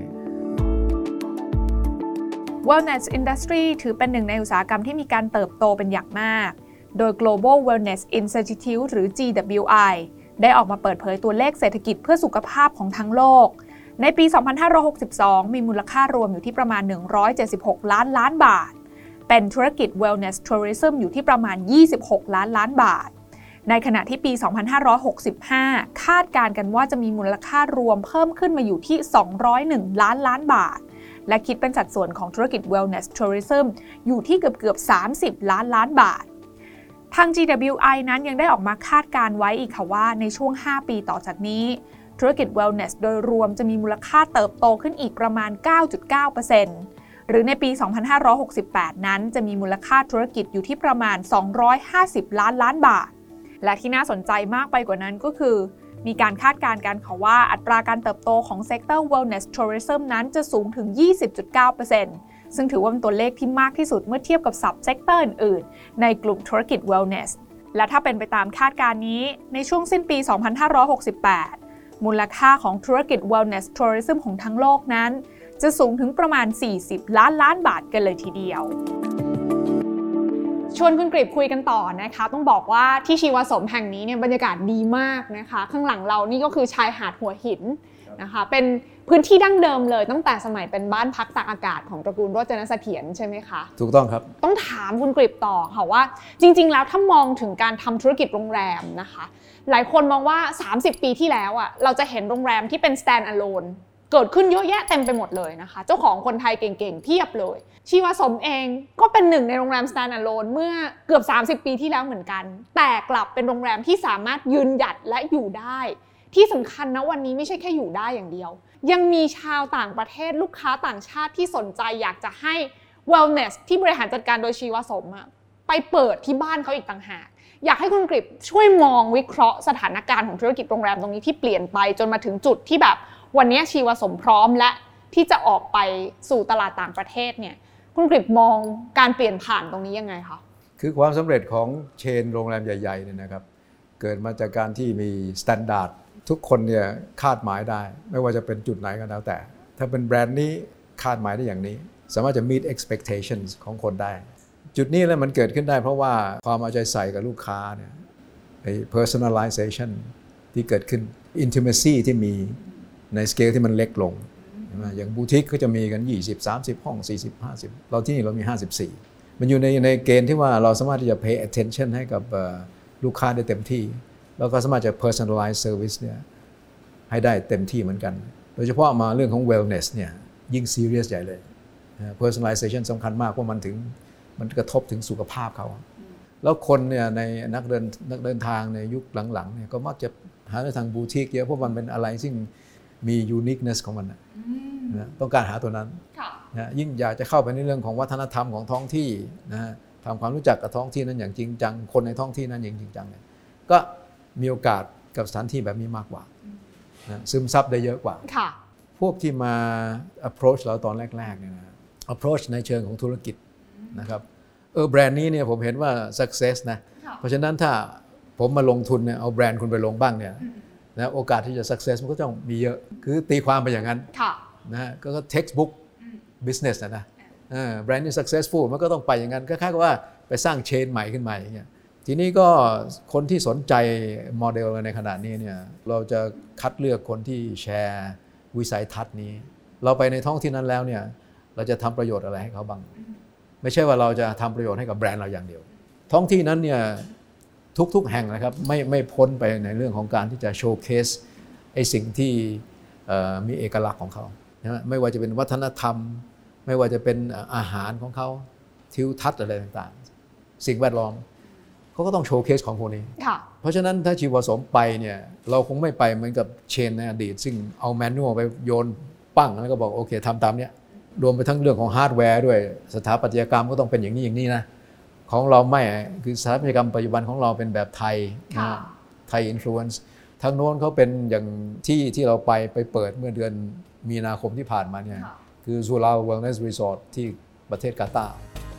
Wellness Industry ถือเป็นหนึ่งในอุตสาหกรรมที่มีการเติบโตเป็นอย่างมากโดย Global Wellness Institute หรือ GWI ได้ออกมาเปิดเผยตัวเลขเศรษฐกิจเพื่อสุขภาพของทั้งโลกในปี 2562 มีมูลค่ารวมอยู่ที่ประมาณ176ล้านบาทเป็นธุรกิจ Wellness Tourism อยู่ที่ประมาณ26ล้านบาทในขณะที่ปี 2565 คาดการณ์กันว่าจะมีมูลค่ารวมเพิ่มขึ้นมาอยู่ที่201ล้านบาทและคิดเป็นสัดส่วนของธุรกิจ Wellness Tourism อยู่ที่เกือบ30ล้านบาททาง GWI นั้นยังได้ออกมาคาดการณ์ไว้อีกค่ะว่าในช่วง5ปีต่อจากนี้ธุรกิจ Wellness โดยรวมจะมีมูลค่าเติบโตขึ้นอีกประมาณ 9.9% หรือในปี 2568 นั้นจะมีมูลค่าธุรกิจอยู่ที่ประมาณ250ล้านบาทและที่น่าสนใจมากไปกว่านั้นก็คือมีการคาดการณ์กันค่ะว่าอัตราการเติบโตของเซกเตอร์ Wellness Tourism นั้นจะสูงถึง 20.9%ซึ่งถือว่าเป็นตัวเลขที่มากที่สุดเมื่อเทียบกับ Sub-sector อื่นๆในกลุ่มธุรกิจ Wellness และถ้าเป็นไปตามคาดการณ์นี้ในช่วงสิ้นปี 2568 มูลค่าของธุรกิจ Wellness Tourism ของทั้งโลกนั้นจะสูงถึงประมาณ40ล้านบาทกันเลยทีเดียวชวนคุณกฤษคุยกันต่อนะคะต้องบอกว่าที่ชีวสมแห่งนี้เนี่ยบรรยากาศดีมากนะคะข้างหลังเรานี่ก็คือชายหาดหัวหินนะคะเป็นพื้นที่ดั้งเดิมเลยตั้งแต่สมัยเป็นบ้านพักตากอากาศของตระกูลโรจนเสถียรใช่ไหมคะถูกต้องครับต้องถามคุณกฤษต่อค่ะว่าจริงๆแล้วถ้ามองถึงการทำธุรกิจโรงแรมนะคะหลายคนมองว่า30ปีที่แล้วอ่ะเราจะเห็นโรงแรมที่เป็น stand alone เกิดขึ้นเยอะแยะเต็มไปหมดเลยนะคะเจ้าของคนไทยเก่งๆเพียบเลยชีวสมเองก็เป็นหนึ่งในโรงแรม stand alone เมื่อเกือบ30ปีที่แล้วเหมือนกันแต่กลับเป็นโรงแรมที่สามารถยืนหยัดและอยู่ได้ที่สำคัญนะวันนี้ไม่ใช่แค่อยู่ได้อย่างเดียวยังมีชาวต่างประเทศลูกค้าต่างชาติที่สนใจอยากจะให้ wellness ที่บริหารจัดการโดยชีวสมไปเปิดที่บ้านเขาอีกต่างหากอยากให้คุณกฤษช่วยมองวิเคราะห์สถานการณ์ของธุรกิจโรงแรมตรงนี้ที่เปลี่ยนไปจนมาถึงจุดที่แบบวันนี้ชีวสมพร้อมและที่จะออกไปสู่ตลาดต่างประเทศเนี่ยคุณกฤษมองการเปลี่ยนผ่านตรงนี้ยังไงคะคือความสำเร็จของเชนโรงแรมใหญ่ๆเนี่ยนะครับเกิดมาจากการที่มีมาตรฐานทุกคนเนี่ยคาดหมายได้ไม่ว่าจะเป็นจุดไหนก็แล้วแต่ถ้าเป็นแบรนด์นี้คาดหมายได้อย่างนี้สามารถจะ meet expectations ของคนได้จุดนี้แล้วมันเกิดขึ้นได้เพราะว่าความเอาใจใส่กับลูกค้าเนี่ยไอ้ personalization ที่เกิดขึ้น intimacy ที่มีในสเกลที่มันเล็กลงอย่างบูติกก็จะมีกัน20-30 ห้อง40-50เราที่นี่เรามี54มันอยู่ในเกณฑ์ที่ว่าเราสามารถที่จะ pay attention ให้กับลูกค้าได้เต็มที่แล้วก็สามารถจะ personalize service เนี่ยให้ได้เต็มที่เหมือนกันโดยเฉพาะมาเรื่องของ wellness เนี่ยยิ่ง serious ใหญ่เลย personalization สำคัญมากเพราะมันกระทบถึงสุขภาพเขาแล้วคนเนี่ยในนักเดินทางในยุคหลังๆเนี่ยก็มักจะหาในทางบูติกเยอะเพราะมันเป็นอะไรซึ่งมี uniqueness ของมันนะต้องการหาตัวนั้นนะยิ่งอยากจะเข้าไปในเรื่องของวัฒนธรรมของท้องที่นะฮะทำความรู้จักกับท้องที่นั้นอย่างจริงจังคนในท้องที่นั้นอย่างจริงจังเนี่ยก็มีโอกาสกับสถานที่แบบนี้มากกว่านะซึมซับได้เยอะกว่าพวกที่มา approach เราตอนแรกๆเนี่ยนะ approach ในเชิงของธุรกิจนะครับแบรนด์นี้เนี่ยผมเห็นว่า success นะเพราะฉะนั้นถ้าผมมาลงทุนเนี่ยเอาแบรนด์คุณไปลงบ้างเนี่ยนะโอกาสที่จะ success มันก็ต้องมีเยอะคือตีความไปอย่างนั้นนะฮะก็ textbook business นะแบรนด์นี้ successful มันก็ต้องไปอย่างนั้นคล้ายๆกับว่าไปสร้างเชนใหม่ขึ้นมาอย่างเงี้ยทีนี้ก็คนที่สนใจโมเดลในขณะนี้เนี่ยเราจะคัดเลือกคนที่แชร์วิสัยทัศน์นี้เราไปในท้องที่นั้นแล้วเนี่ยเราจะทำประโยชน์อะไรให้เขาบ้างไม่ใช่ว่าเราจะทำประโยชน์ให้กับแบรนด์เราอย่างเดียวท้องที่นั้นเนี่ยทุกๆแห่งนะครับไม่พ้นไปในเรื่องของการที่จะโชว์เคสไอ้สิ่งที่มีเอกลักษณ์ของเขานะไม่ว่าจะเป็นวัฒนธรรมไม่ว่าจะเป็นอาหารของเขาทิวทัศน์อะไรต่างๆสิ่งแวดล้อมเขาก็ต้องโชว์เคสของพวกนี้เพราะฉะนั้นถ้าชีวผสมไปเนี่ยเราคงไม่ไปเหมือนกับเชนในอดีตซึ่งเอาแมนนวลไปโยนปั้งแล้วก็บอกโอเคทำตามเนี้ยรวมไปทั้งเรื่องของฮาร์ดแวร์ด้วยสถาปัตยกรรมก็ต้องเป็นอย่างนี้นะของเราไม่คือสถาปัตยกรรมปัจจุบันของเราเป็นแบบไทยไทยอินฟลูเอนซ์ทางโน้นเขาเป็นอย่างที่เราไปเปิดเมื่อเดือนมีนาคมที่ผ่านมาเนี่ยคือซูลาเวลเนสรีสอร์ทที่ประเทศกาตาร์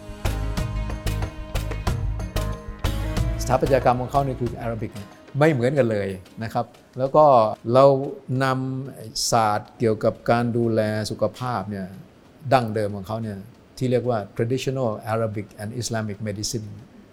สถาปัตยกรรมของเขานี่คืออาหรับิกไม่เหมือนกันเลยนะครับแล้วก็เรานำศาสตร์เกี่ยวกับการดูแลสุขภาพเนี่ยดั้งเดิมของเขาเนี่ยที่เรียกว่า traditional Arabic and Islamic medicine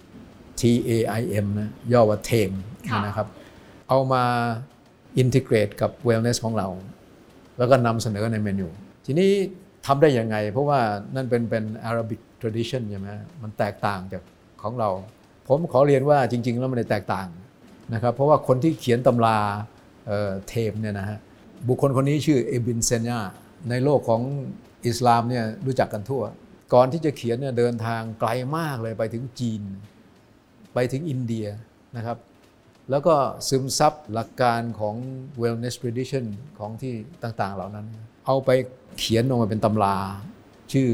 TAIM นะย่อว่า TAIM นะครับเอามาอินทิเกรตกับ wellness ของเราแล้วก็นำเสนอในเมนูทีนี้ทำได้ยังไงเพราะว่านั่นเป็น Arabic tradition ใช่ไหมมันแตกต่างจากของเราผมขอเรียนว่าจริงๆแล้วมันไม่ได้แตกต่างนะครับเพราะว่าคนที่เขียนตำราเทมเนี่ยนะฮะบุคคลคนนี้ชื่อเอบินเซญาในโลกของอิสลามเนี่ยรู้จักกันทั่วก่อนที่จะเขียนเนี่ยเดินทางไกลมากเลยไปถึงจีนไปถึงอินเดียนะครับแล้วก็ซึมซับหลักการของ wellness tradition ของที่ต่างๆเหล่านั้นเอาไปเขียนออกมาเป็นตำราชื่อ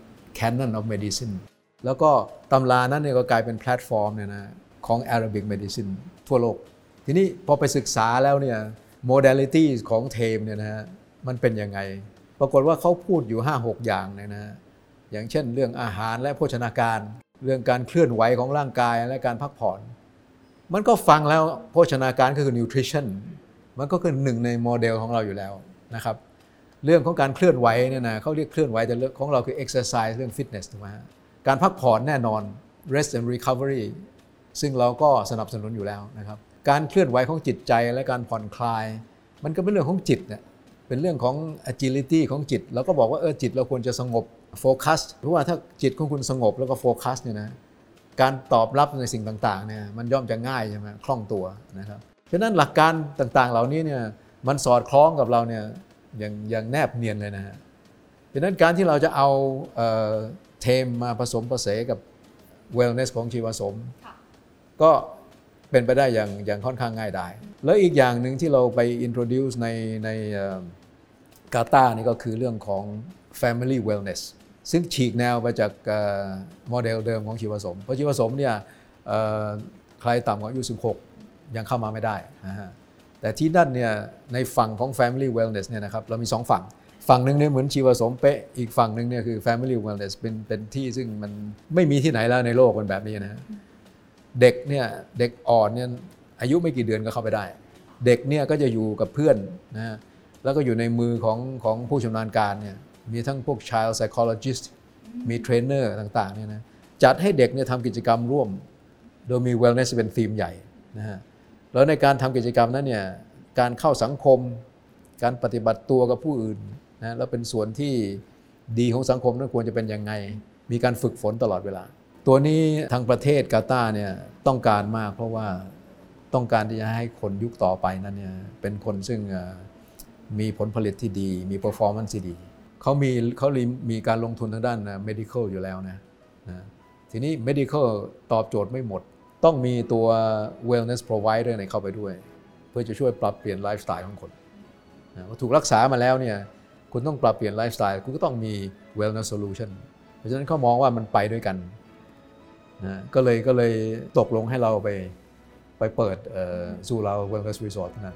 Canon of Medicine แล้วก็ตำรานั้นเนี่ยก็กลายเป็นแพลตฟอร์มเนี่ยนะของ Arabic Medicine ทั่วโลกทีนี้พอไปศึกษาแล้วเนี่ย modality ของเทมเนี่ยนะฮะมันเป็นยังไงปรากฏว่าเขาพูดอยู่ 5-6 อย่างเนี่ยนะอย่างเช่นเรื่องอาหารและโภชนาการเรื่องการเคลื่อนไหวของร่างกายและการพักผ่อนมันก็ฟังแล้วโภชนาการก็คือ nutrition มันก็คือหนึ่งในโมเดลของเราอยู่แล้วนะครับเรื่องของการเคลื่อนไหวเนี่ยนะเขาเรียกเคลื่อนไหวแต่เรื่องของเราคือ exercise เรื่อง fitness ถูกไหมการพักผ่อนแน่นอน rest and recovery ซึ่งเราก็สนับสนุนอยู่แล้วนะครับการเคลื่อนไหวของจิตใจและการผ่อนคลายมันก็เป็นเรื่องของจิตเนี่ยเป็นเรื่องของ agility ของจิตเราก็บอกว่าจิตเราควรจะสงบโฟกัสเพราะว่าถ้าจิตของคุณสงบแล้วก็โฟกัสเนี่ยนะการตอบรับในสิ่งต่างๆเนี่ยมันย่อมจะง่ายใช่ไหมคล่องตัวนะครับฉะนั้นหลักการต่างๆเหล่านี้เนี่ยมันสอดคล้องกับเราเนี่ยอย่างแนบเนียนเลยนะฮะฉะนั้นการที่เราจะเอาเทมมาผสมผสานกับ wellness ของชีวผสมก็เป็นไปได้อย่างค่อนข้างง่ายได้แล้วอีกอย่างหนึ่งที่เราไป introduce ในกาตาร์นี่ก็คือเรื่องของ family wellness ซึ่งฉีกแนวไปจากโมเดลเดิมของชีวผสมเพราะชีวผสมเนี่ยใครต่ำกว่าอายุ16ยังเข้ามาไม่ได้นะฮะแต่ที่นั่นเนี่ยในฝั่งของ family wellness เนี่ยนะครับเรามี2ฝั่งหนึ่งเนี่ยเหมือนชีวผสมเป๊ะอีกฝั่งหนึ่งเนี่ยคือ family wellness เป็นที่ซึ่งมันไม่มีที่ไหนแล้วในโลกมันแบบนี้นะเด็กเนี่ยเด็กอ่อนเนี่ยอายุไม่กี่เดือนก็เข้าไปได้เด็กเนี่ยก็จะอยู่กับเพื่อนนะฮะแล้วก็อยู่ในมือของผู้ชำนาญการเนี่ยมีทั้งพวก child psychologist มีเทรนเนอร์ต่างๆเนี่ยนะจัดให้เด็กเนี่ยทำกิจกรรมร่วมโดยมี wellness เป็นธีมใหญ่นะฮะแล้วในการทำกิจกรรมนั้นเนี่ยการเข้าสังคมการปฏิบัติตัวกับผู้อื่นนะแล้วเป็นส่วนที่ดีของสังคมนั้นควรจะเป็นยังไงมีการฝึกฝนตลอดเวลาตัวนี้ทางประเทศกาตาร์เนี่ยต้องการมากเพราะว่าต้องการที่จะให้คนยุคต่อไปนั้นเนี่ยเป็นคนซึ่งมีผลผลิตที่ดีมี performance ที่ดีเขามีการลงทุนทางด้าน medical อยู่แล้วนะทีนี้ medical ตอบโจทย์ไม่หมดต้องมีตัว wellness provider เข้าไปด้วยเพื่อจะช่วยปรับเปลี่ยนไลฟ์สไตล์ของคนพอถูกรักษามาแล้วเนี่ยคุณต้องปรับเปลี่ยนไลฟ์สไตล์คุณก็ต้องมี wellness solution เพราะฉะนั้นเขามองว่ามันไปด้วยกันนะก็เลยตกลงให้เราไปเปิดสู่เรา wellness resort นั้น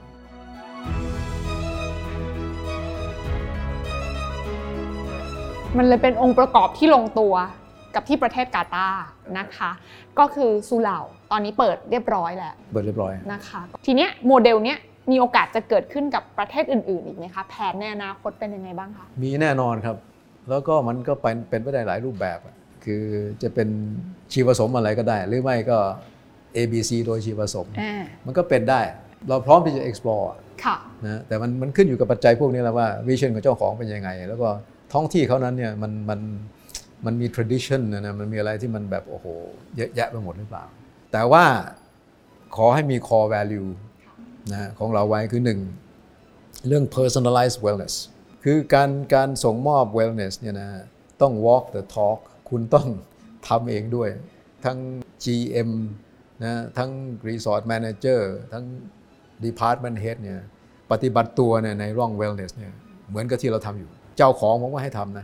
มันเลยเป็นองค์ประกอบที่ลงตัวกับที่ประเทศกาตาร์นะคะก็คือซูเหลาตอนนี้เปิดเรียบร้อยแล้วนะคะทีเนี้ยโมเดลเนี้ยมีโอกาสจะเกิดขึ้นกับประเทศอื่นๆอีกไหมคะแผนในอนาคตเป็นยังไงบ้างคะมีแน่นอนครับแล้วก็มันก็เป็นไปได้หลายรูปแบบคือจะเป็นชีวผสมอะไรก็ได้หรือไม่ก็ ABC โดยชีวผสมมันก็เป็นได้เราพร้อมที่จะ explore ค่ะนะแต่มันขึ้นอยู่กับปัจจัยพวกนี้แหละว่าวิชั่นของเจ้าของเป็นยังไงแล้วก็ท้องที่เขานั้นเนี่ยมันมี tradition นะมันมีอะไรที่มันแบบโอ้โหเยอะแยะไปหมดหรือเปล่าแต่ว่าขอให้มี core value นะของเราไว้คือ1เรื่อง personalized wellness คือการส่งมอบ wellness เนี่ยนะต้อง walk the talk คุณต้องทำเองด้วยทั้ง GM นะทั้ง resort manager ทั้ง department head เนี่ยปฏิบัติตัวเนี่ยในร่อง wellness เนี่ยเหมือนกับที่เราทำอยู่เจ้าของผมว่าให้ทำนะ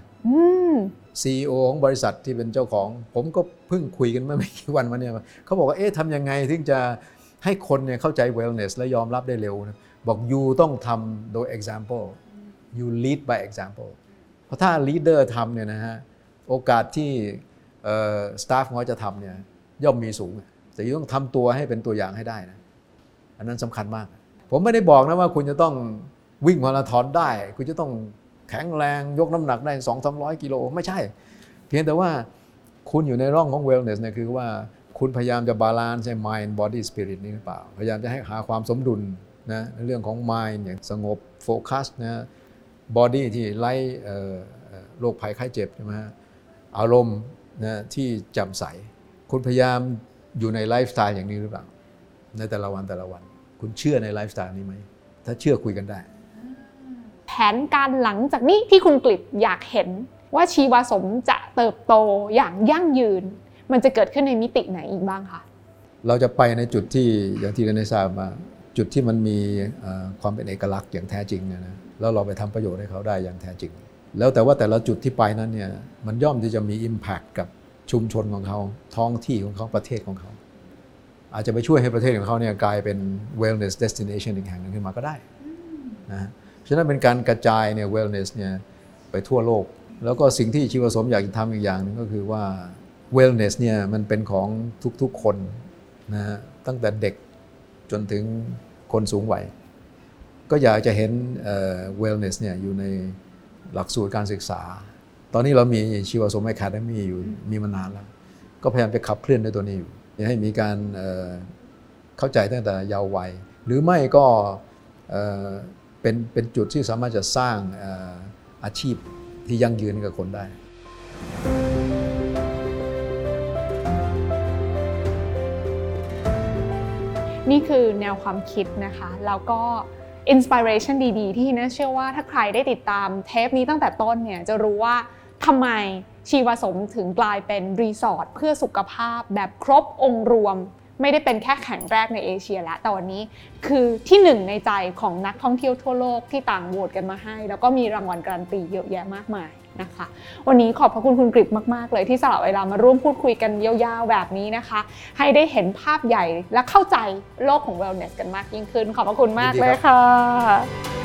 CEO ของบริษัทที่เป็นเจ้าของผมก็เพิ่งคุยกันเมื่อไม่กี่วันมาเนี่ยเขาบอกว่าทำยังไงถึงจะให้คนเนี่ยเข้าใจ wellness และยอมรับได้เร็วนะบอก you ต้องทำโดย example you lead by example เพราะถ้า leader ทำเนี่ยนะฮะโอกาสที่staff เขาจะทำเนี่ยย่อมมีสูงแต่youต้องทำตัวให้เป็นตัวอย่างให้ได้นะอันนั้นสำคัญมากผมไม่ได้บอกนะว่าคุณจะต้องวิ่งมาราธอนได้คุณจะต้องแข็งแรงยกน้ำหนักได้ 200-300 กิโลไม่ใช่เพียงแต่ว่าคุณอยู่ในร่องของ wellness เนี่ยคือว่าคุณพยายามจะบาลานซ์ mind body spirit นี่หรือเปล่าพยายามจะให้หาความสมดุลนะในเรื่องของ mind อย่างสงบโฟกัสนะ body ที่ไร้โรคภัยไข้เจ็บใช่ไหมอารมณ์นะที่แจ่มใสคุณพยายามอยู่ในไลฟ์สไตล์อย่างนี้หรือเปล่าในแต่ละวันคุณเชื่อในไลฟ์สไตล์นี้ไหมถ้าเชื่อคุยกันได้แผนการหลังจากนี้ที่คุณกฤษอยากเห็นว่าชีวสมจะเติบโตอย่างยั่งยืนมันจะเกิดขึ้นในมิติไหนอีกบ้างคะเราจะไปในจุดที่อย่างที่ได้ทราบมาจุดที่มันมีความเป็นเอกลักษณ์อย่างแท้จริงนะแล้วเราไปทำประโยชน์ให้เขาได้อย่างแท้จริงแล้วแต่ว่าแต่ละจุดที่ไปนั้นเนี่ยมันย่อมที่จะมี impact กับชุมชนของเขาท้องที่ของเขาประเทศของเขาอาจจะไปช่วยให้ประเทศของเขาเนี่ยกลายเป็น wellness destination อีกแห่งนึงขึ้นมาก็ได้นะฉะนั้นเป็นการกระจายเนี่ย wellness เนี่ยไปทั่วโลกแล้วก็สิ่งที่ชีวสมอยากจะทำอีกอย่างนึงก็คือว่า wellness เนี่ยมันเป็นของทุกๆคนนะฮะตั้งแต่เด็กจนถึงคนสูงวัยก็อยากจะเห็นwellness เนี่ยอยู่ในหลักสูตรการศึกษาตอนนี้เรามีชีวสม Academy อยู่มีมานานแล้วก็พยายามจะขับเคลื่อนในตัวนี้อยู่ให้มีการเข้าใจตั้งแต่เยาว์วัยหรือไม่ก็เป็นจุดที่สามารถจะสร้างอาชีพที่ยั่งยืนกับคนได้นี่คือแนวความคิดนะคะแล้วก็อินสปิเรชันดีๆที่น่าเชื่อว่าถ้าใครได้ติดตามเทปนี้ตั้งแต่ต้นเนี่ยจะรู้ว่าทำไมชีวสมถึงกลายเป็นรีสอร์ทเพื่อสุขภาพแบบครบองค์รวมไม่ได้เป็นแค่แห่งแรกในเอเชียแล้วแต่วันนี้คือที่หนึ่งในใจของนักท่องเที่ยวทั่วโลกที่ต่างโหวตกันมาให้แล้วก็มีรางวัลการันตีเยอะแยะมากมายนะคะวันนี้ขอบพระคุณคุณกฤษมากๆเลยที่สละเวลามาร่วมพูดคุยกันยาวๆแบบนี้นะคะให้ได้เห็นภาพใหญ่และเข้าใจโลกของ wellness กันมากยิ่งขึ้นขอบพระคุณมากเลยค่ะ